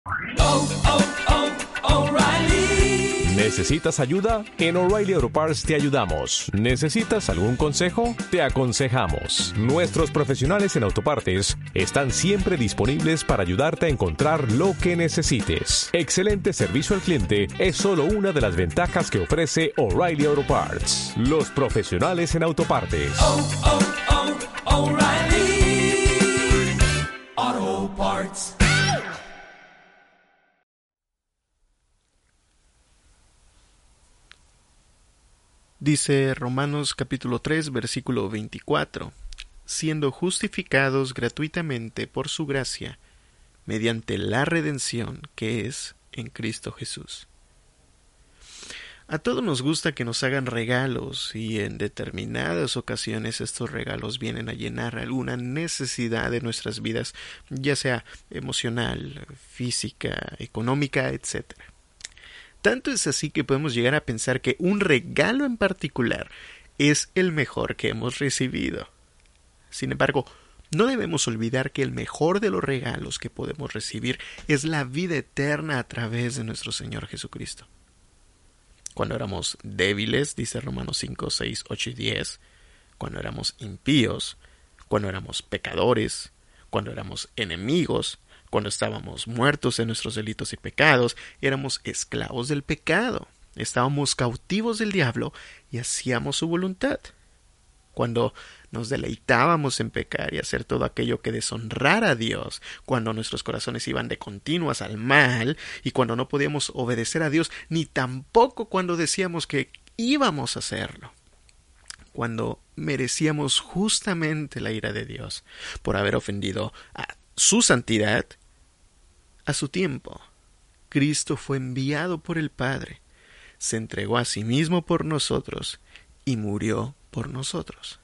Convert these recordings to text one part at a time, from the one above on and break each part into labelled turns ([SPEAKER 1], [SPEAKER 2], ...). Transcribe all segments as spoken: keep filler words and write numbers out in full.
[SPEAKER 1] oh, oh, oh, O'Reilly.
[SPEAKER 2] ¿Necesitas ayuda? En O'Reilly Auto Parts te ayudamos. ¿Necesitas algún consejo? Te aconsejamos. Nuestros profesionales en autopartes están siempre disponibles para ayudarte a encontrar lo que necesites. Excelente servicio al cliente es solo una de las ventajas que ofrece O'Reilly Auto Parts. Los profesionales en autopartes.
[SPEAKER 1] Oh, oh, oh, O'Reilly Auto Parts.
[SPEAKER 3] Dice Romanos capítulo tres, versículo veinticuatro, siendo justificados gratuitamente por su gracia, mediante la redención que es en Cristo Jesús. A todos nos gusta que nos hagan regalos y en determinadas ocasiones estos regalos vienen a llenar alguna necesidad de nuestras vidas, ya sea emocional, física, económica, etcétera. Tanto es así que podemos llegar a pensar que un regalo en particular es el mejor que hemos recibido. Sin embargo, no debemos olvidar que el mejor de los regalos que podemos recibir es la vida eterna a través de nuestro Señor Jesucristo. Cuando éramos débiles, dice Romanos cinco, seis, ocho y diez, cuando éramos impíos, cuando éramos pecadores, cuando éramos enemigos, cuando estábamos muertos en nuestros delitos y pecados, éramos esclavos del pecado, estábamos cautivos del diablo y hacíamos su voluntad. Cuando nos deleitábamos en pecar y hacer todo aquello que deshonrara a Dios, cuando nuestros corazones iban de continuas al mal y cuando no podíamos obedecer a Dios, ni tampoco cuando decíamos que íbamos a hacerlo. Cuando merecíamos justamente la ira de Dios por haber ofendido a su santidad, a su tiempo, Cristo fue enviado por el Padre, se entregó a sí mismo por nosotros y murió por nosotros.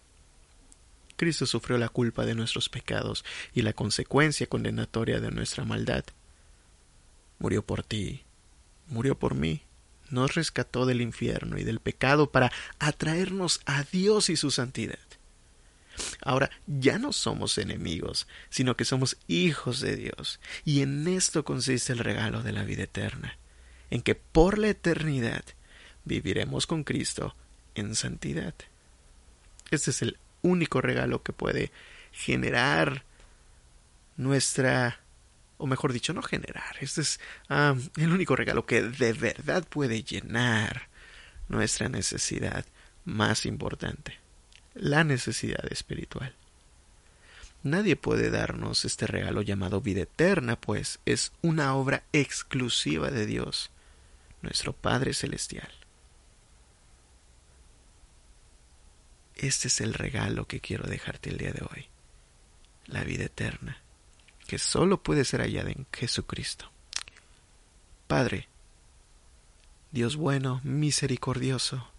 [SPEAKER 3] Cristo sufrió la culpa de nuestros pecados y la consecuencia condenatoria de nuestra maldad. Murió por ti, murió por mí, nos rescató del infierno y del pecado para atraernos a Dios y su santidad. Ahora ya no somos enemigos, sino que somos hijos de Dios, y en esto consiste el regalo de la vida eterna, en que por la eternidad viviremos con Cristo en santidad. Este es el único regalo que puede generar nuestra, o mejor dicho, no generar, este es um, el único regalo que de verdad puede llenar nuestra necesidad más importante. La necesidad espiritual. Nadie puede darnos este regalo llamado vida eterna, pues es una obra exclusiva de Dios, nuestro Padre Celestial. Este es el regalo que quiero dejarte el día de hoy, la vida eterna, que solo puede ser hallada en Jesucristo. Padre, Dios bueno, misericordioso,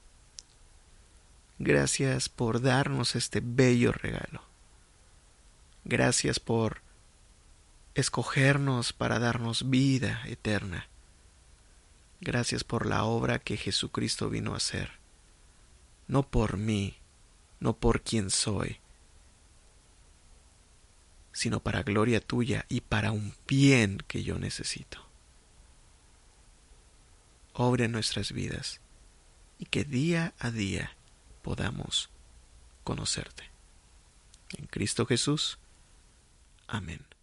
[SPEAKER 3] gracias por darnos este bello regalo. Gracias por escogernos para darnos vida eterna. Gracias por la obra que Jesucristo vino a hacer. No por mí, no por quien soy, sino para gloria tuya y para un bien que yo necesito. Obra en nuestras vidas y que día a día podamos conocerte. En Cristo Jesús. Amén.